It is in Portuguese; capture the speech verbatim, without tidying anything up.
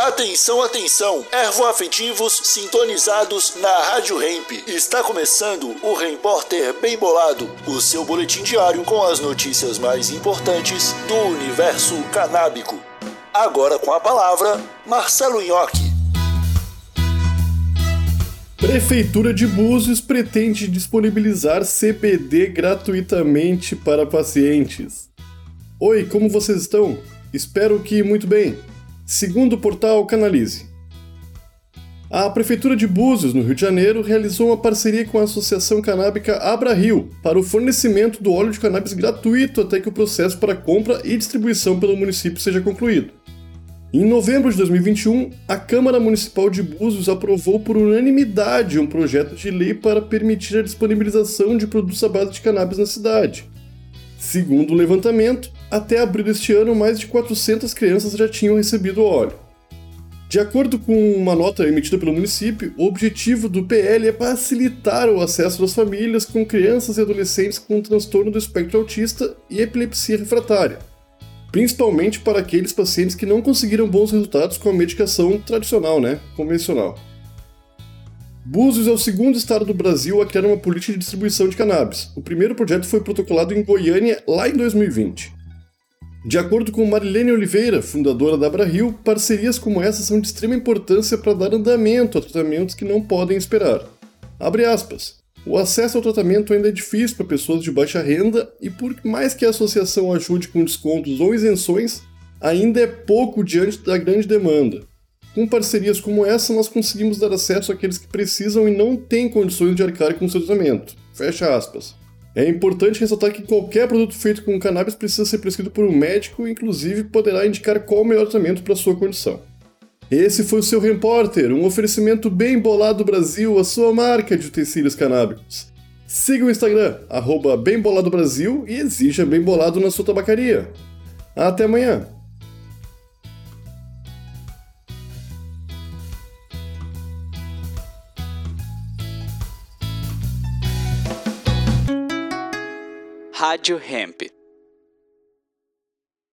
Atenção, atenção, ervoafetivos sintonizados na Rádio Hemp. Está começando o Repórter Bem Bolado, o seu boletim diário com as notícias mais importantes do universo canábico. Agora com a palavra, Marcelo Nhoque. Prefeitura de Búzios pretende disponibilizar C B D gratuitamente para pacientes. Oi, como vocês estão? Espero que muito bem. Segundo o portal Canalize, a Prefeitura de Búzios, no Rio de Janeiro, realizou uma parceria com a Associação Canábica Abra-Rio para o fornecimento do óleo de cannabis gratuito até que o processo para compra e distribuição pelo município seja concluído. Em novembro de dois mil e vinte e um, a Câmara Municipal de Búzios aprovou por unanimidade um projeto de lei para permitir a disponibilização de produtos à base de cannabis na cidade. Segundo o levantamento, até abril deste ano, mais de quatrocentas crianças já tinham recebido o óleo. De acordo com uma nota emitida pelo município, o objetivo do P L é facilitar o acesso das famílias com crianças e adolescentes com transtorno do espectro autista e epilepsia refratária, principalmente para aqueles pacientes que não conseguiram bons resultados com a medicação tradicional, né, convencional. Búzios é o segundo estado do Brasil a criar uma política de distribuição de cannabis. O primeiro projeto foi protocolado em Goiânia lá em dois mil e vinte. De acordo com Marilene Oliveira, fundadora da Abra-Rio, parcerias como essa são de extrema importância para dar andamento a tratamentos que não podem esperar. Abre aspas. O acesso ao tratamento ainda é difícil para pessoas de baixa renda e por mais que a associação ajude com descontos ou isenções, ainda é pouco diante da grande demanda. Com parcerias como essa, nós conseguimos dar acesso àqueles que precisam e não têm condições de arcar com o seu tratamento. Fecha aspas. É importante ressaltar que qualquer produto feito com cannabis precisa ser prescrito por um médico e, inclusive, poderá indicar qual o melhor tratamento para a sua condição. Esse foi o seu Repórter, um oferecimento Bem Bolado Brasil, a sua marca de utensílios canábicos. Siga o Instagram, arroba Bem Bolado Brasil, e exija Bem Bolado na sua tabacaria. Até amanhã! Rádio Hemp.